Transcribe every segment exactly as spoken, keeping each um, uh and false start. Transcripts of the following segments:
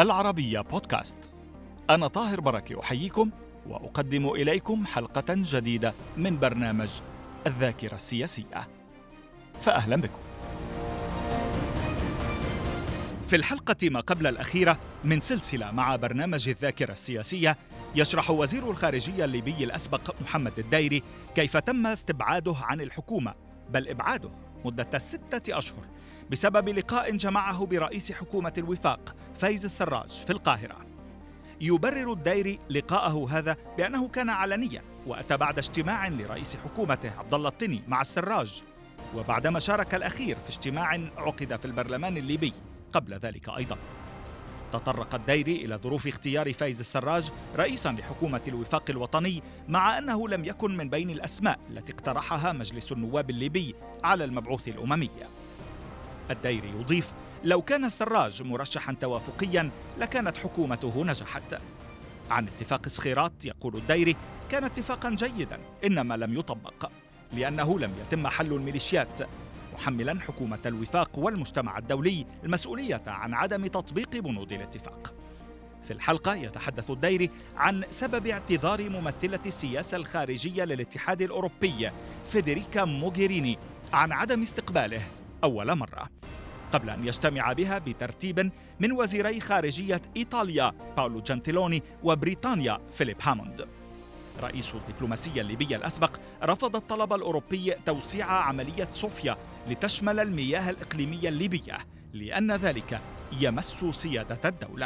العربية بودكاست. أنا طاهر بركة أحييكم وأقدم إليكم حلقة جديدة من برنامج الذاكرة السياسية، فأهلا بكم. في الحلقة ما قبل الأخيرة من سلسلة مع برنامج الذاكرة السياسية، يشرح وزير الخارجية الليبي الأسبق محمد الديري كيف تم استبعاده عن الحكومة، بل إبعاده مدة ستة أشهر بسبب لقاء جمعه برئيس حكومة الوفاق فايز السراج في القاهرة. يبرر الديري لقاءه هذا بأنه كان علنيا، وأتى بعد اجتماع لرئيس حكومته عبد الله الطني مع السراج، وبعدما شارك الأخير في اجتماع عقد في البرلمان الليبي قبل ذلك أيضا. تطرق الديري إلى ظروف اختيار فايز السراج رئيسا لحكومة الوفاق الوطني، مع أنه لم يكن من بين الأسماء التي اقترحها مجلس النواب الليبي على المبعوث الأممي. الديري يضيف: لو كان السراج مرشحا توافقيا لكانت حكومته نجحت. عن اتفاق سخيرات يقول الديري: كان اتفاقا جيدا، إنما لم يطبق لأنه لم يتم حل الميليشيات، محملا حكومة الوفاق والمجتمع الدولي المسؤولية عن عدم تطبيق بنود الاتفاق. في الحلقة يتحدث الديري عن سبب اعتذار ممثلة السياسة الخارجية للاتحاد الأوروبي فيدريكا موغيريني عن عدم استقباله أول مرة، قبل أن يجتمع بها بترتيب من وزيري خارجية إيطاليا باولو جنتيلوني وبريطانيا فيليب هاموند. رئيس الدبلوماسية الليبية الأسبق رفض الطلب الأوروبي توسيع عملية صوفيا لتشمل المياه الإقليمية الليبية، لأن ذلك يمس سيادة الدولة.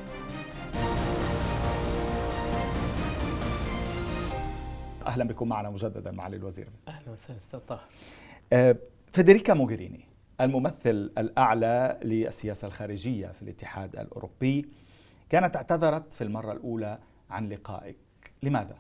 أهلا بكم معنا مجددا معالي الوزير. أهلا وسهلا أستاذ طاهر. أه فيدريكا موغيريني الممثل الأعلى للسياسة الخارجية في الاتحاد الأوروبي كانت اعتذرت في المرة الأولى عن لقائك، لماذا؟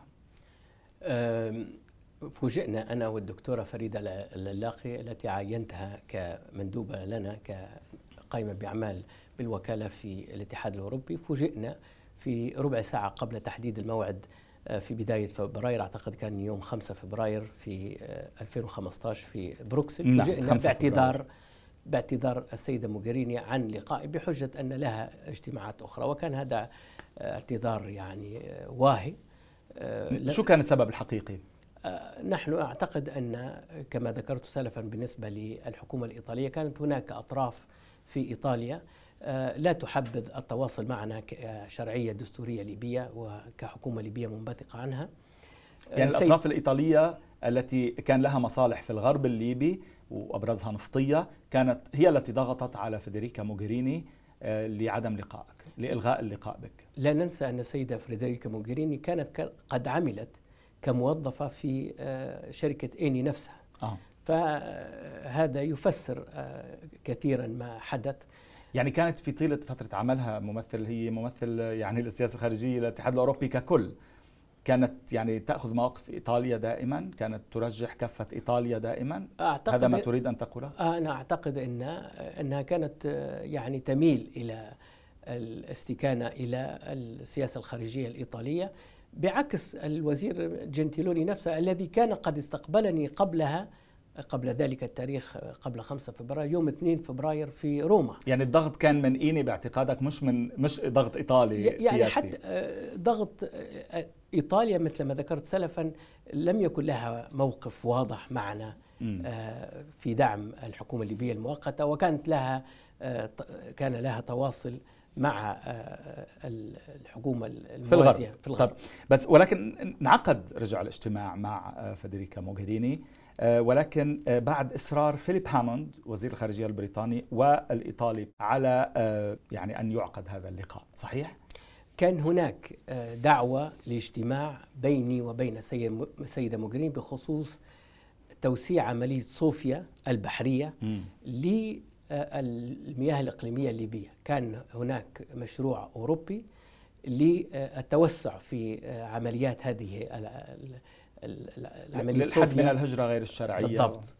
فوجئنا أنا والدكتورة فريدة اللاقي التي عينتها كمندوبة لنا كقائمة بأعمال بالوكالة في الاتحاد الأوروبي، فوجئنا في ربع ساعة قبل تحديد الموعد في بداية فبراير، أعتقد كان يوم خمسة فبراير في ألفين وخمسة عشر في بروكسل، فوجئنا باعتذار باعتذار السيدة موغيريني عن لقاء بحجة أن لها اجتماعات أخرى، وكان هذا اعتذار يعني واهي. شو كان السبب الحقيقي؟ نحن أعتقد أن كما ذكرت سلفا بالنسبة للحكومة الإيطالية كانت هناك أطراف في إيطاليا لا تحبذ التواصل معنا كشرعية دستورية ليبية وكحكومة ليبية منبثقة عنها. يعني الأطراف الإيطالية التي كان لها مصالح في الغرب الليبي وأبرزها نفطية كانت هي التي ضغطت على فيدريكا موغيريني لعدم لقائك، لإلغاء اللقاء بك. لا ننسى أن السيدة فيدريكا موغيريني كانت قد عملت كموظفة في شركة إيني نفسها. آه. فهذا يفسر كثيرا ما حدث. يعني كانت في طيلة فترة عملها ممثل هي ممثل يعني للسياسة الخارجية للاتحاد الأوروبي ككل، كانت يعني تأخذ مواقف إيطاليا دائما، كانت ترجح كفة إيطاليا دائما. هذا ما تريد أن تقوله؟ أنا أعتقد أن أنها كانت يعني تميل إلى الاستكانة إلى السياسة الخارجية الإيطالية، بعكس الوزير جنتيلوني نفسه الذي كان قد استقبلني قبلها قبل ذلك التاريخ قبل خمسة فبراير يوم اثنين فبراير في روما. يعني الضغط كان من إيني باعتقادك، مش من مش ضغط إيطالي يعني سياسي؟ يعني حتى ضغط إيطاليا مثل ما ذكرت سلفا لم يكن لها موقف واضح معنا م. في دعم الحكومة الليبية المؤقتة، وكانت لها كان لها تواصل مع الحكومة الموازية في الغرب. طب بس ولكن انعقد رجع الاجتماع مع فيدريكا موغيريني، ولكن بعد إصرار فيليب هاموند وزير الخارجية البريطاني والإيطالي على يعني أن يعقد هذا اللقاء، صحيح؟ كان هناك دعوة لاجتماع بيني وبين السيدة موغيريني بخصوص توسيع عملية صوفيا البحرية للمياه الإقليمية الليبية. كان هناك مشروع أوروبي للتوسع في عمليات هذه العملية للحد من الهجرة غير الشرعية. بالضبط.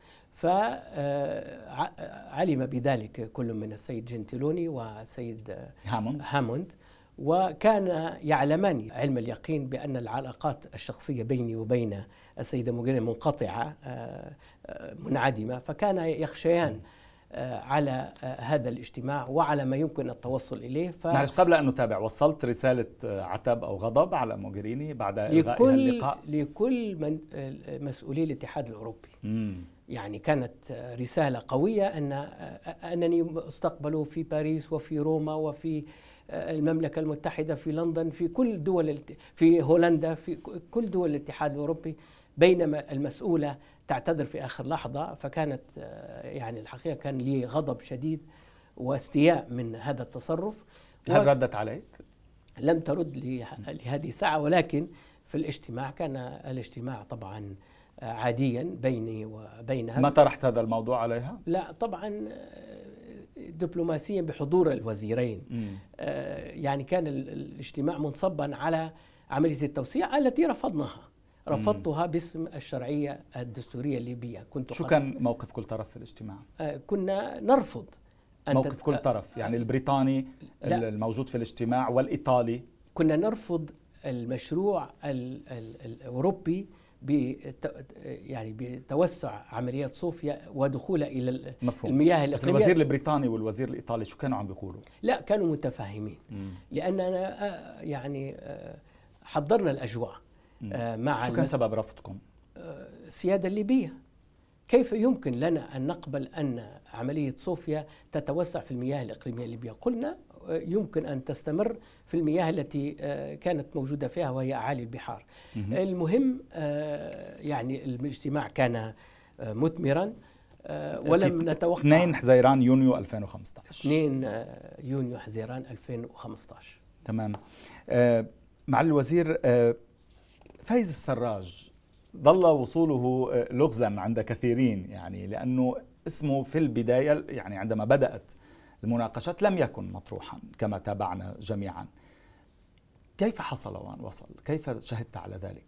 فعلم بذلك كل من السيد جنتيلوني والسيد هاموند, هاموند وكان يعلمان علم اليقين بأن العلاقات الشخصية بيني وبين السيدة موغيريني منقطعة منعدمة، فكان يخشيان على هذا الاجتماع وعلى ما يمكن التوصل إليه. ف... معلش قبل أن نتابع، وصلت رسالة عتاب أو غضب على موغريني بعد إلغاء اللقاء؟ لكل من مسؤولي الاتحاد الأوروبي. مم. يعني كانت رسالة قوية أن أنني أستقبل في باريس وفي روما وفي المملكة المتحدة في لندن في كل دول، في هولندا، في كل دول الاتحاد الأوروبي، بينما المسؤولة تعتذر في آخر لحظة. فكانت يعني الحقيقة كان لي غضب شديد واستياء من هذا التصرف. هل ردت عليك؟ لم ترد لهذه الساعة، ولكن في الاجتماع كان الاجتماع طبعا عاديا بيني وبينها. ما طرحت هذا الموضوع عليها؟ لا طبعا دبلوماسيا بحضور الوزيرين. آه يعني كان الاجتماع منصبا على عملية التوسيع التي رفضناها رفضتها مم. باسم الشرعية الدستورية الليبية. كنت شو كان موقف كل طرف في الاجتماع؟ آه كنا نرفض أن موقف كل طرف، يعني البريطاني لا. الموجود في الاجتماع والإيطالي. كنا نرفض المشروع ال ال الأوروبي يعني بتوسع عمليات صوفيا ودخولها الى مفهوم. المياه الاقليميه. بس الوزير البريطاني والوزير الايطالي شو كانوا عم بيقولوا؟ لا كانوا متفاهمين، لاننا يعني حضرنا الاجواء مع. شو كان سبب رفضكم؟ السياده الليبيه. كيف يمكن لنا ان نقبل ان عمليه صوفيا تتوسع في المياه الاقليميه الليبيه؟ قلنا يمكن أن تستمر في المياه التي كانت موجودة فيها وهي أعالي البحار. المهم يعني الاجتماع كان مثمرا ولم نتوقع. اثنين حزيران يونيو ألفين وخمسة عشر. اثنين يونيو حزيران ألفين وخمسة عشر. تمام. مع الوزير فايز السراج ظل وصوله لغزا عند كثيرين، يعني لأنه اسمه في البداية يعني عندما بدأت المناقشات لم يكن مطروحا كما تابعنا جميعا. كيف حصل وأن وصل؟ كيف شهدت على ذلك؟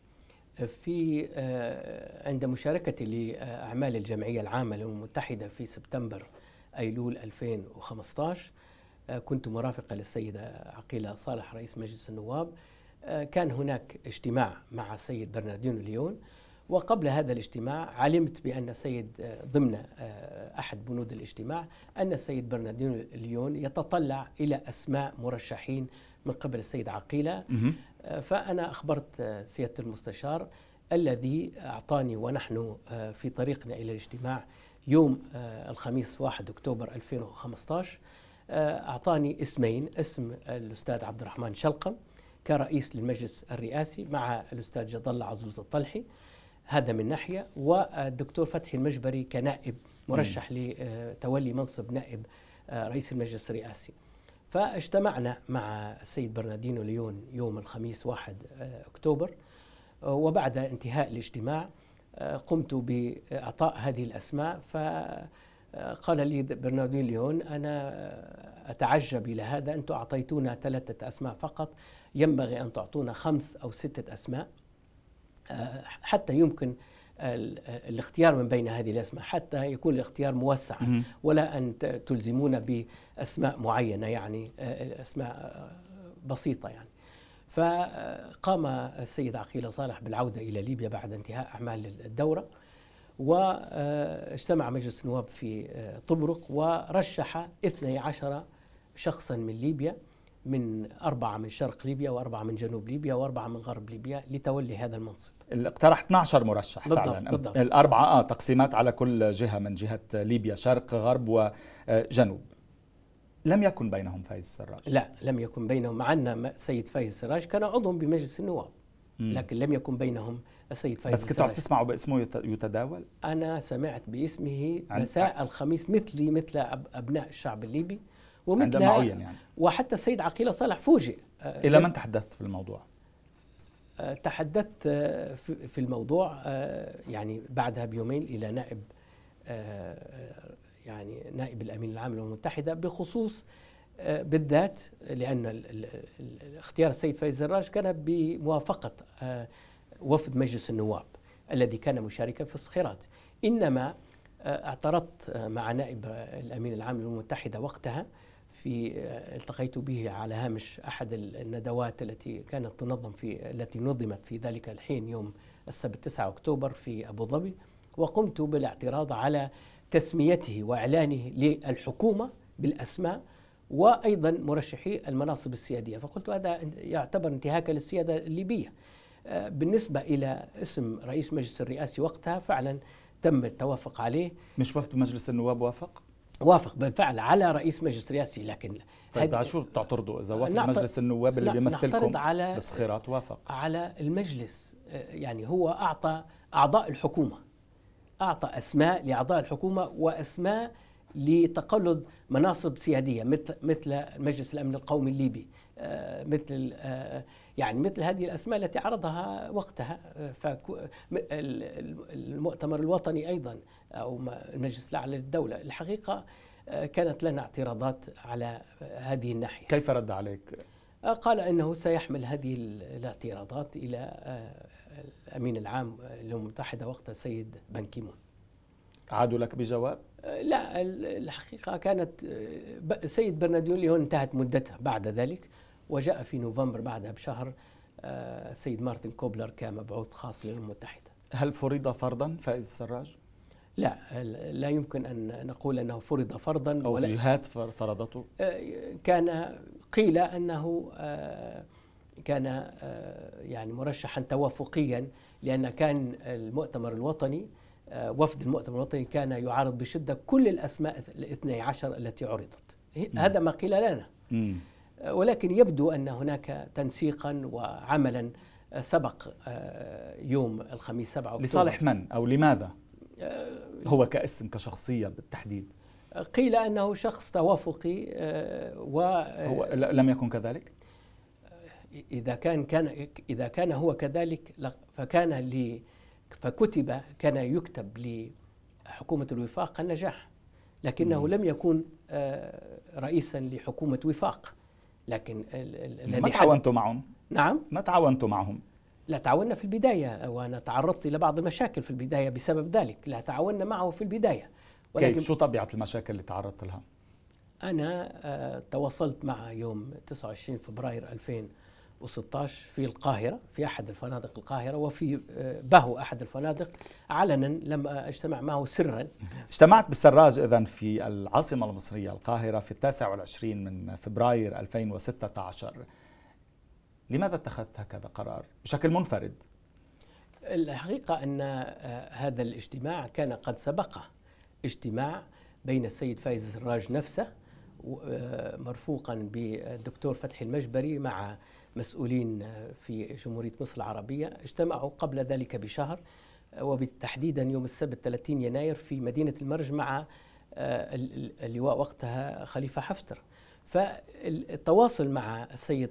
في عند مشاركتي لأعمال الجمعية العامة للأمم المتحدة في سبتمبر أيلول ألفين وخمسة عشر كنت مرافقة للسيدة عقيلة صالح رئيس مجلس النواب. كان هناك اجتماع مع السيد برناردينو ليون، وقبل هذا الاجتماع علمت بأن السيد ضمن أحد بنود الاجتماع أن السيد برناردينو ليون يتطلع إلى أسماء مرشحين من قبل السيد عقيلة. فأنا أخبرت سيادة المستشار الذي أعطاني ونحن في طريقنا إلى الاجتماع يوم الخميس واحد أكتوبر ألفين وخمسة عشر، أعطاني اسمين: اسم الأستاذ عبد الرحمن شلقم كرئيس للمجلس الرئاسي مع الأستاذ جد الله عزوز الطلحي، هذا من ناحية، والدكتور فتحي المجبري كنائب مرشح لتولي منصب نائب رئيس المجلس الرئاسي. فاجتمعنا مع السيد برناردينو ليون يوم الخميس واحد أكتوبر، وبعد انتهاء الاجتماع قمت بإعطاء هذه الأسماء. فقال لي برناردينو ليون: أنا أتعجب إلى هذا، أنتم أعطيتونا ثلاثة أسماء فقط، ينبغي أن تعطونا خمس أو ستة أسماء حتى يمكن الاختيار من بين هذه الأسماء، حتى يكون الاختيار موسعا، ولا أن تلزمونا بأسماء معينة، يعني أسماء بسيطة يعني. فقام السيد عقيلة صالح بالعودة إلى ليبيا بعد انتهاء أعمال الدورة، واجتمع مجلس النواب في طبرق ورشح اثني عشر شخصا من ليبيا، من أربعة من شرق ليبيا وأربعة من جنوب ليبيا وأربعة من غرب ليبيا لتولي هذا المنصب. اقترح اثني عشر مرشح بالضبط فعلا. بالضبط. الأربعة آه تقسيمات على كل جهة من جهة ليبيا، شرق غرب وجنوب. لم يكن بينهم فايز السراج؟ لا لم يكن بينهم، مع أن السيد فايز السراج كان عضو بمجلس النواب، لكن لم يكن بينهم السيد فايز السراج. بس كنتوا عم تسمعوا باسمه يتداول؟ أنا سمعت باسمه مساء الخميس مثلي مثل أبناء الشعب الليبي ومثل يعني. وحتى السيد عقيلة صالح فوجئ. إلى من تحدثت في الموضوع؟ تحدثت في الموضوع يعني بعدها بيومين إلى نائب يعني نائب الأمين العام للأمم المتحدة بخصوص بالذات، لأن اختيار السيد فايز السراج كان بموافقة وفد مجلس النواب الذي كان مشاركا في الصخيرات. إنما اعترضت مع نائب الأمين العام للأمم المتحدة وقتها، في التقيت به على هامش أحد الندوات التي كانت تنظم في التي نظمت في ذلك الحين يوم السبت تسعة أكتوبر في أبو ظبي، وقمت بالاعتراض على تسميته وإعلانه للحكومة بالأسماء وأيضا مرشحي المناصب السيادية. فقلت هذا يعتبر انتهاكا للسيادة الليبية. بالنسبة إلى اسم رئيس مجلس الرئاسي وقتها فعلا تم التوافق عليه. مش وفد مجلس النواب وافق؟ وافق بالفعل على رئيس مجلس رئاسي. لكن طيب على شو بتعترضوا إذا وافق مجلس النواب اللي بيمثلكم على بصخيرات وافق؟ على المجلس. يعني هو أعطى أعضاء الحكومة، أعطى أسماء لأعضاء الحكومة وأسماء لتقلد مناصب سيادية مثل مثل مجلس الأمن القومي الليبي، مثل يعني مثل هذه الأسماء التي عرضها وقتها. فالمؤتمر الوطني أيضا أو المجلس الأعلى للدولة الحقيقة كانت لنا اعتراضات على هذه الناحية. كيف رد عليك؟ قال أنه سيحمل هذه الاعتراضات إلى الأمين العام للأمم المتحدة وقتها السيد بان كي مون. عادوا لك بجواب؟ لا، الحقيقة كانت السيد برناردينو ليون انتهت مدتها بعد ذلك، وجاء في نوفمبر بعدها بشهر السيد مارتن كوبلر كمبعوث خاص للأمم المتحدة. هل فرض فرضا فايز السراج؟ لا، لا يمكن أن نقول أنه فرض فرضا أو جهات فرضته. كان قيل أنه كان يعني مرشحا توافقيا، لأن كان المؤتمر الوطني وفد المؤتمر الوطني كان يعارض بشدة كل الأسماء الاثني عشر التي عرضت. م. هذا ما قيل لنا. م. ولكن يبدو أن هناك تنسيقا وعملا سبق يوم الخميس سبعة أكتوبر. لصالح من أو لماذا؟ هو كاسم كشخصية بالتحديد. قيل أنه شخص توافقي و هو لم يكن كذلك؟ إذا كان كان إذا كان هو كذلك فكان ل فكتب كان يكتب لحكومة الوفاق النجاح، لكنه م. لم يكن رئيسا لحكومة وفاق. لكن ما تعاونتوا معهم؟ نعم، ما تعاونتوا معهم؟ لا، تعاوننا في البداية، وأنا تعرضت إلى بعض المشاكل في البداية بسبب ذلك. لا تعاوننا معه في البداية. كيف؟ شو طبيعة المشاكل اللي تعرضت لها؟ أنا تواصلت مع يوم تسعة وعشرين فبراير ألفين وستة عشر في القاهرة في أحد الفنادق القاهرة، وفي بهو أحد الفنادق علنا، لم أجتمع معه سرا. اجتمعت بالسراج إذن في العاصمة المصرية القاهرة في التاسع والعشرين من فبراير ألفين وستة عشر. لماذا اتخذت هكذا قرار بشكل منفرد؟ الحقيقة أن هذا الاجتماع كان قد سبقه اجتماع بين السيد فايز السراج نفسه مرفوقا بالدكتور فتحي المجبري مع مسؤولين في جمهورية مصر العربية. اجتمعوا قبل ذلك بشهر، وبالتحديدا يوم السبت ثلاثين يناير في مدينة المرج مع اللواء وقتها خليفة حفتر. فالتواصل مع السيد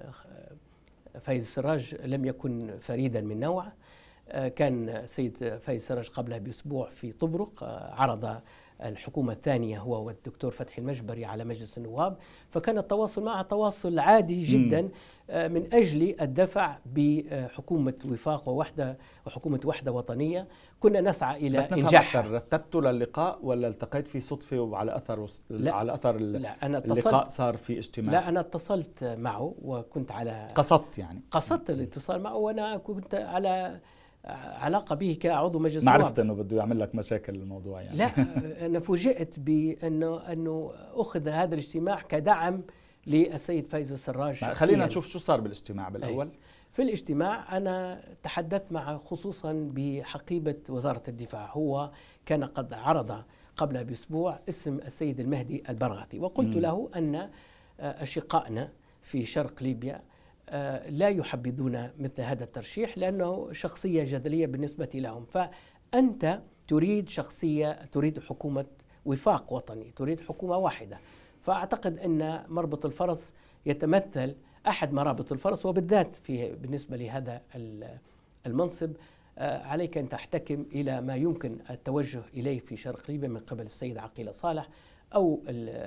فايز السراج لم يكن فريدا من نوعه. كان السيد فايز السراج قبلها بأسبوع في طبرق عرض الحكومة الثانية هو والدكتور فتحي المجبري على مجلس النواب، فكان التواصل معه تواصل عادي جدا من أجل الدفع بحكومة وفاق ووحدة وحكومة وحدة وطنية. كنا نسعى إلى إنجاحها. رتبت للقاء ولا التقيت في صدفة وعلى أثر لا على أثر لا أنا اللقاء صار في اجتماع؟ لا، أنا اتصلت معه وكنت على قصدت يعني قصدت الاتصال معه، وأنا كنت على علاقة به كعضو مجلس النواب. ما عرفت أنه بده يعمل لك مشاكل الموضوع يعني. لا، أنا فوجئت بأنه أنه أخذ هذا الاجتماع كدعم للسيد فايز السراج شخصيا. خلينا نشوف شو صار بالاجتماع بالأول. في الاجتماع أنا تحدثت معه خصوصا بحقيبة وزارة الدفاع. هو كان قد عرض قبل بأسبوع اسم السيد المهدي البرغاثي، وقلت م. له أن أشقائنا في شرق ليبيا لا يحبذون مثل هذا الترشيح لأنه شخصية جدلية بالنسبة لهم. فأنت تريد شخصية، تريد حكومة وفاق وطني، تريد حكومة واحدة. فأعتقد أن مربط الفرس يتمثل أحد مرابط الفرس، وبالذات في بالنسبة لهذا المنصب عليك أن تحتكم إلى ما يمكن التوجه إليه في شرق ليبيا من قبل السيد عقيل صالح أو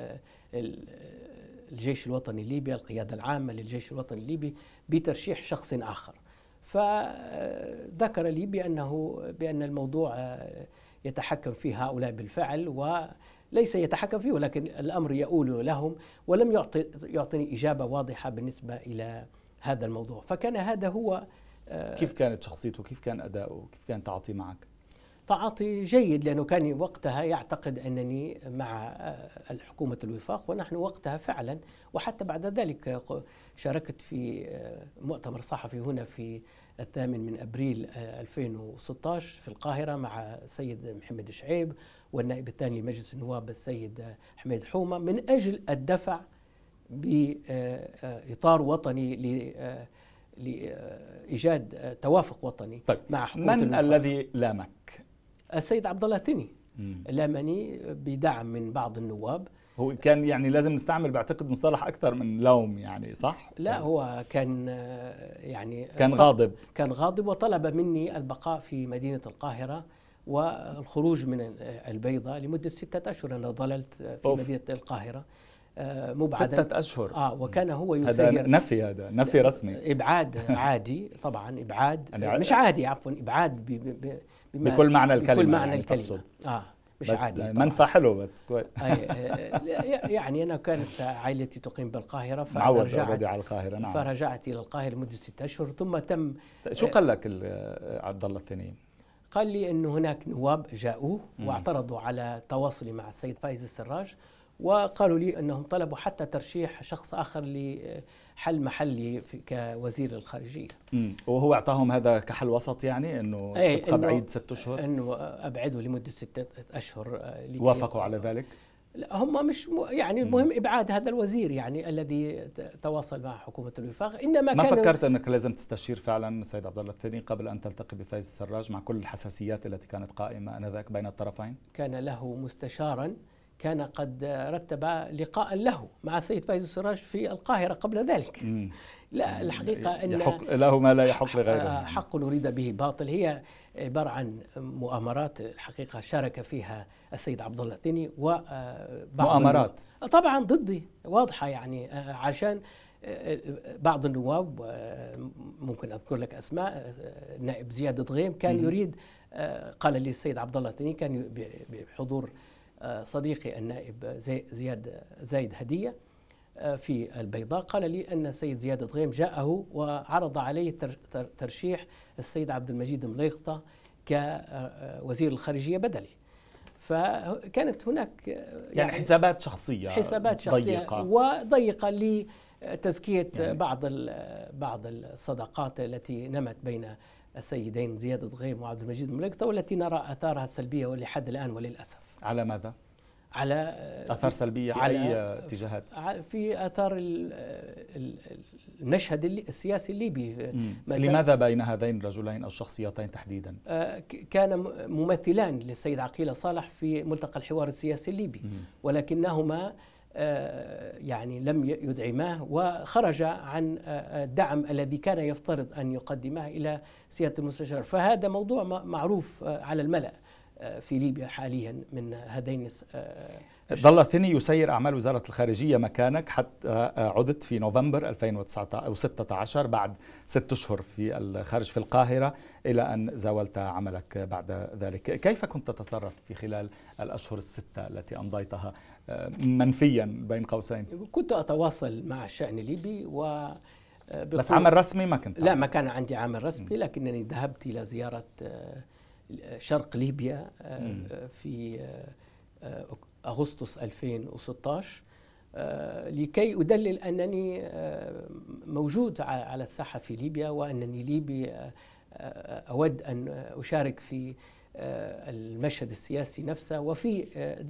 الجيش الوطني الليبي، القيادة العامة للجيش الوطني الليبي، بترشيح شخص آخر. فذكر لي بأنه بأن الموضوع يتحكم فيه هؤلاء بالفعل، وليس يتحكم فيه ولكن الأمر يؤول لهم، ولم يعطي يعطيني إجابة واضحة بالنسبة إلى هذا الموضوع. فكان هذا هو. كيف كانت شخصيته؟ كيف كان أداؤه؟ كيف كان تعاطيه معك؟ تعاطي جيد، لأنه كان وقتها يعتقد أنني مع الحكومة الوفاق، ونحن وقتها فعلا، وحتى بعد ذلك شاركت في مؤتمر صحفي هنا في الثامن من أبريل ألفين وستة عشر في القاهرة مع السيد محمد شعيب والنائب الثاني لمجلس النواب السيد حميد حومة، من أجل الدفع بإطار وطني لإيجاد توافق وطني. طيب مع حكومة من الوفاق. الذي لامك؟ السيد عبد الله الثني لامني بدعم من بعض النواب. هو كان يعني لازم نستعمل بعتقد مصطلح أكثر من لوم، يعني صح؟ لا، هو كان يعني كان غاضب كان غاضب وطلب مني البقاء في مدينة القاهرة والخروج من البيضاء لمدة ستة أشهر. أنا ظللت في أوف. مدينة القاهرة مبعدا ستة أشهر. آه وكان هو يسير. هذا نفي، هذا نفي رسمي. إبعاد عادي طبعا، إبعاد مش عادي، عفوا إبعاد ب ب بكل معنى الكلمة. بكل معنى يعني الكلمة. آه مش عادي. منفى حلو بس كويس. يعني أنا كانت عائلتي تقيم بالقاهرة، فرجعت على القاهرة. نعم. فرجعت إلى القاهرة لمدة ستة أشهر، ثم تم. شو قال لك عبد الله الثني؟ قال لي أنه هناك نواب جاءوه واعترضوا على تواصلي مع السيد فايز السراج، وقالوا لي أنهم طلبوا حتى ترشيح شخص آخر لحل محلي كوزير الخارجية. امم وهو أعطاهم هذا كحل وسط، يعني أنه تبقى بعيد ست أشهر، أنه أبعده لمدة ستة أشهر. وافقوا على ذلك؟ لا، هم مش م... يعني المهم إبعاد هذا الوزير يعني الذي تواصل مع حكومة الوفاق. إنما ما كان فكرت أنك لازم تستشير فعلا السيد عبد الله الثني قبل أن تلتقي بفايز السراج مع كل الحساسيات التي كانت قائمة آنذاك بين الطرفين؟ كان له مستشارا كان قد رتب لقاء له مع السيد فايز السراج في القاهرة قبل ذلك. مم. لا، الحقيقة أن يحق له ما لا يحق لغيره. حق أريد به باطل. هي عبارة عن مؤامرات الحقيقة شارك فيها السيد عبد الله الثني وبعض مؤامرات طبعا ضدي واضحة، يعني عشان بعض النواب، ممكن أذكر لك أسماء، النائب زياد دغيم كان يريد، قال لي السيد عبد الله الثني كان بحضور صديقي النائب زياد زايد هدية في البيضاء، قال لي أن السيد زياد دغيم جاءه وعرض عليه ترشيح السيد عبد المجيد مليقطة كوزير الخارجية بدلي. فكانت هناك يعني, يعني حسابات شخصية حسابات شخصية ضيقة وضيقة لتزكية يعني بعض بعض الصداقات التي نمت بين السيدين زياد دغيم وعبد المجيد مليقطة، والتي نرى آثارها السلبية ولحد الآن وللأسف. على ماذا؟ على آثار سلبية في أي اتجاهات؟ في آثار المشهد السياسي الليبي. لماذا بين هذين الرجلين أو الشخصيتين تحديدا؟ كان ممثلان للسيد عقيل صالح في ملتقى الحوار السياسي الليبي، ولكنهما يعني لم يدعماه وخرج عن الدعم الذي كان يفترض أن يقدمه إلى سيادة المستشار. فهذا موضوع معروف على الملأ في ليبيا حاليا من هذين. ظل الثني يسير أعمال وزارة الخارجية مكانك حتى عدت في نوفمبر ألفين وتسعة عشر أو ستة عشر بعد ست أشهر في الخارج في القاهرة، إلى أن زاولت عملك بعد ذلك. كيف كنت تتصرف في خلال الأشهر الستة التي أمضيتها منفيا بين قوسين؟ كنت أتواصل مع الشأن الليبي و بس عمل رسمي ما كنت؟ لا، ما كان عندي عمل رسمي، لكنني ذهبت إلى زيارة شرق ليبيا في أغسطس ألفين وستة عشر لكي أدلل أنني موجود على الساحة في ليبيا، وأنني ليبي أود أن أشارك في المشهد السياسي نفسه وفي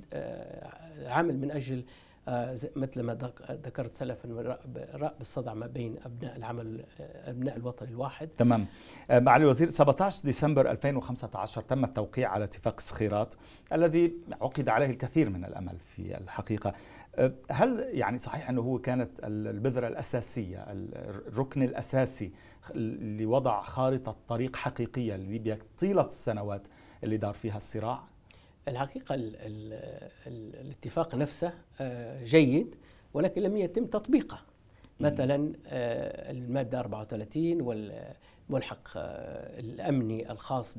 عمل من أجل مثل ما ذكرت سلفا رأب الصدع ما بين أبناء العمل أبناء الوطن الواحد. تمام. معالي الوزير، سبعة عشر ديسمبر ألفين وخمسة عشر تم التوقيع على اتفاق سخيرات الذي عقد عليه الكثير من الأمل في الحقيقة. هل يعني صحيح أنه هو كانت البذرة الأساسية، الركن الأساسي لوضع خارطة طريق حقيقية لليبيا طيلة السنوات اللي دار فيها الصراع؟ الحقيقة ال ال ال الاتفاق نفسه جيد، ولكن لم يتم تطبيقه. مثلا المادة أربعة وثلاثين والملحق الأمني الخاص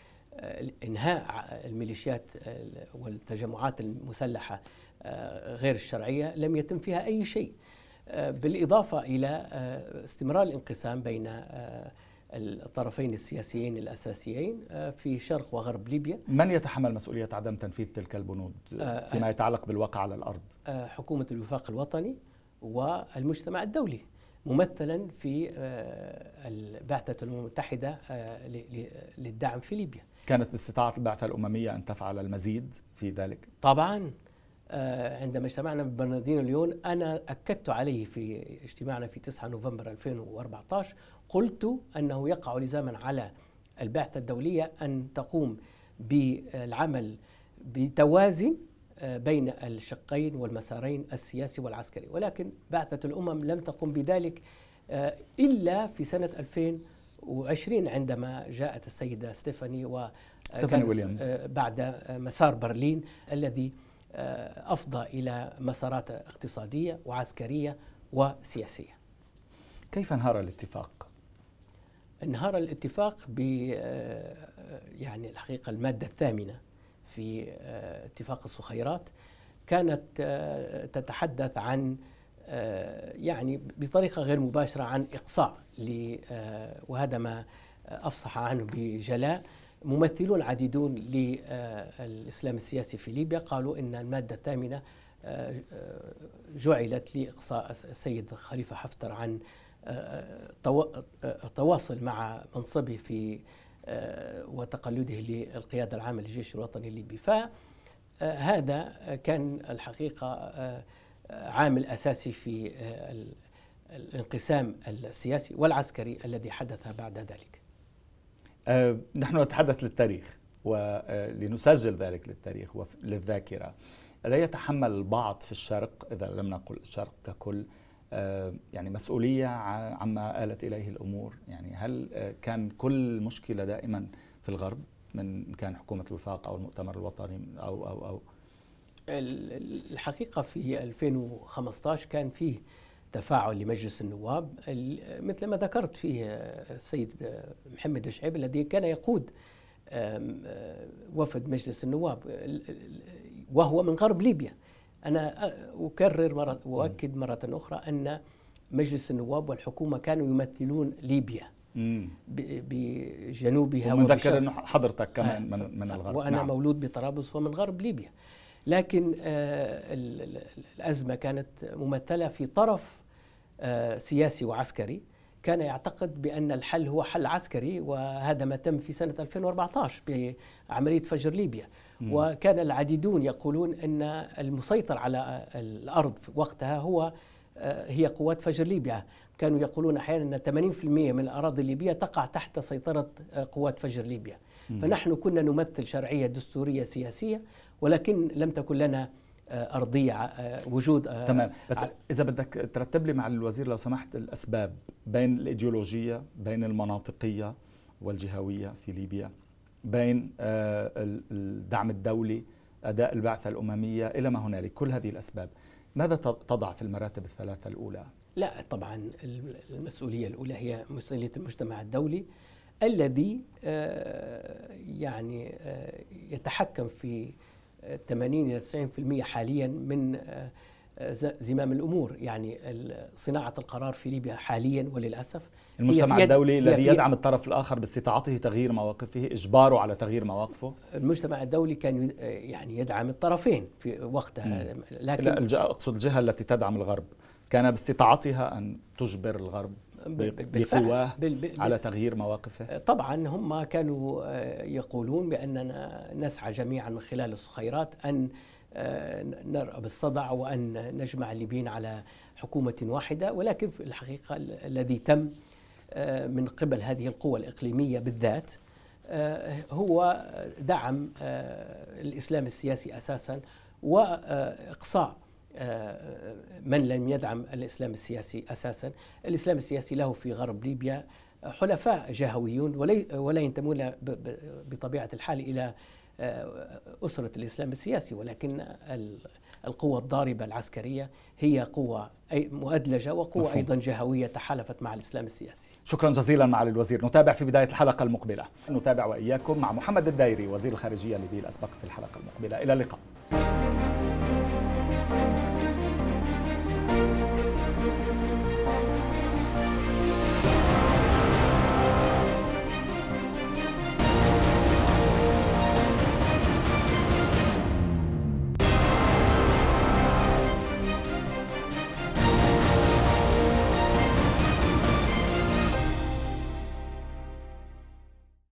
بإنهاء الميليشيات والتجمعات المسلحة غير الشرعية لم يتم فيها أي شيء، بالإضافة إلى استمرار الانقسام بين الطرفين السياسيين الأساسيين في شرق وغرب ليبيا. من يتحمل مسؤولية عدم تنفيذ تلك البنود فيما يتعلق بالواقع على الأرض؟ حكومة الوفاق الوطني والمجتمع الدولي، ممثلا في البعثة الأمم المتحدة للدعم في ليبيا. كانت باستطاعة البعثة الأممية أن تفعل المزيد في ذلك؟ طبعا. عندما اجتمعنا ببرناردينو ليون أنا أكدت عليه في اجتماعنا في تسعة نوفمبر ألفين وأربعة عشر، قلت أنه يقع لزاما على البعثة الدولية أن تقوم بالعمل بتوازن بين الشقين والمسارين السياسي والعسكري، ولكن بعثة الأمم لم تقم بذلك إلا في سنة ألفين وعشرين عندما جاءت السيدة ستيفاني و ستيفاني ويليامز بعد مسار برلين الذي أفضى إلى مسارات اقتصادية وعسكرية وسياسية. كيف انهار الاتفاق؟ انهار الاتفاق ب يعني الحقيقة المادة الثامنة في اتفاق الصخيرات كانت تتحدث عن يعني بطريقة غير مباشرة عن إقصاء، وهذا ما أفصح عنه بجلاء ممثلون عديدون للإسلام السياسي في ليبيا. قالوا إن المادة الثامنة جعلت لإقصاء السيد خليفة حفتر عن تواصل مع منصبه في وتقلده للقيادة العامة للجيش الوطني الليبي. فهذا كان الحقيقة عامل أساسي في الانقسام السياسي والعسكري الذي حدث بعد ذلك. أه نحن نتحدث للتاريخ ولنسجل ذلك للتاريخ وللذاكرة. لا يتحمل البعض في الشرق، إذا لم نقل الشرق ككل، أه يعني مسؤولية عما آلت إليه الأمور؟ يعني هل كان كل مشكلة دائما في الغرب، من كان حكومة الوفاق أو المؤتمر الوطني أو أو أو الحقيقة في ألفين وخمسة عشر كان فيه تفاعل لمجلس النواب مثل ما ذكرت فيه السيد محمد الشعيب الذي كان يقود وفد مجلس النواب وهو من غرب ليبيا. أنا أكرر مرة وأؤكد مرة أخرى أن مجلس النواب والحكومة كانوا يمثلون ليبيا بجنوبها. ومذكر أنه حضرتك كمان من, من الغرب. وأنا نعم. مولود بطرابلس ومن غرب ليبيا، لكن الأزمة كانت ممثلة في طرف سياسي وعسكري كان يعتقد بأن الحل هو حل عسكري، وهذا ما تم في سنة ألفين وأربعة عشر بعملية فجر ليبيا. م. وكان العديدون يقولون أن المسيطر على الأرض وقتها هو هي قوات فجر ليبيا. كانوا يقولون أحيانا أن ثمانين بالمئة من الأراضي الليبية تقع تحت سيطرة قوات فجر ليبيا. م. فنحن كنا نمثل شرعية دستورية سياسية، ولكن لم تكن لنا أرضية وجود. تمام. بس إذا بدك ترتب لي مع الوزير لو سمحت الأسباب بين الإيديولوجية، بين المناطقية والجهوية في ليبيا، بين الدعم الدولي، أداء البعثة الأممية إلى ما هنالك، كل هذه الأسباب ماذا تضع في المراتب الثلاثة الأولى؟ لا طبعا المسؤولية الأولى هي مسؤولية المجتمع الدولي الذي يعني يتحكم في ثمانين إلى تسعين بالمئة حاليا من زمام الأمور. يعني صناعة القرار في ليبيا حاليا وللأسف المجتمع الدولي الذي يدعم الطرف الآخر باستطاعته تغيير مواقفه، إجباره على تغيير مواقفه. المجتمع الدولي كان يعني يدعم الطرفين في وقتها، لكن أقصد الجهة التي تدعم الغرب كان باستطاعتها أن تجبر الغرب بقواه على تغيير مواقفه. طبعا هم كانوا يقولون بأننا نسعى جميعا من خلال الصخيرات أن نرأى بالصدع وأن نجمع الليبيين على حكومة واحدة، ولكن في الحقيقة الذي تم من قبل هذه القوى الإقليمية بالذات هو دعم الإسلام السياسي أساسا وإقصاء من لم يدعم الإسلام السياسي أساسا. الإسلام السياسي له في غرب ليبيا حلفاء جهويون ولا ينتمون بطبيعة الحال إلى أسرة الإسلام السياسي، ولكن القوة الضاربة العسكرية هي قوة مؤدلجة وقوة مفهوم. أيضا جهوية تحالفت مع الإسلام السياسي. شكرا جزيلا معالي الوزير. نتابع في بداية الحلقة المقبلة، نتابع وإياكم مع محمد الدايري وزير الخارجية الليبي الأسبق في الحلقة المقبلة. إلى اللقاء.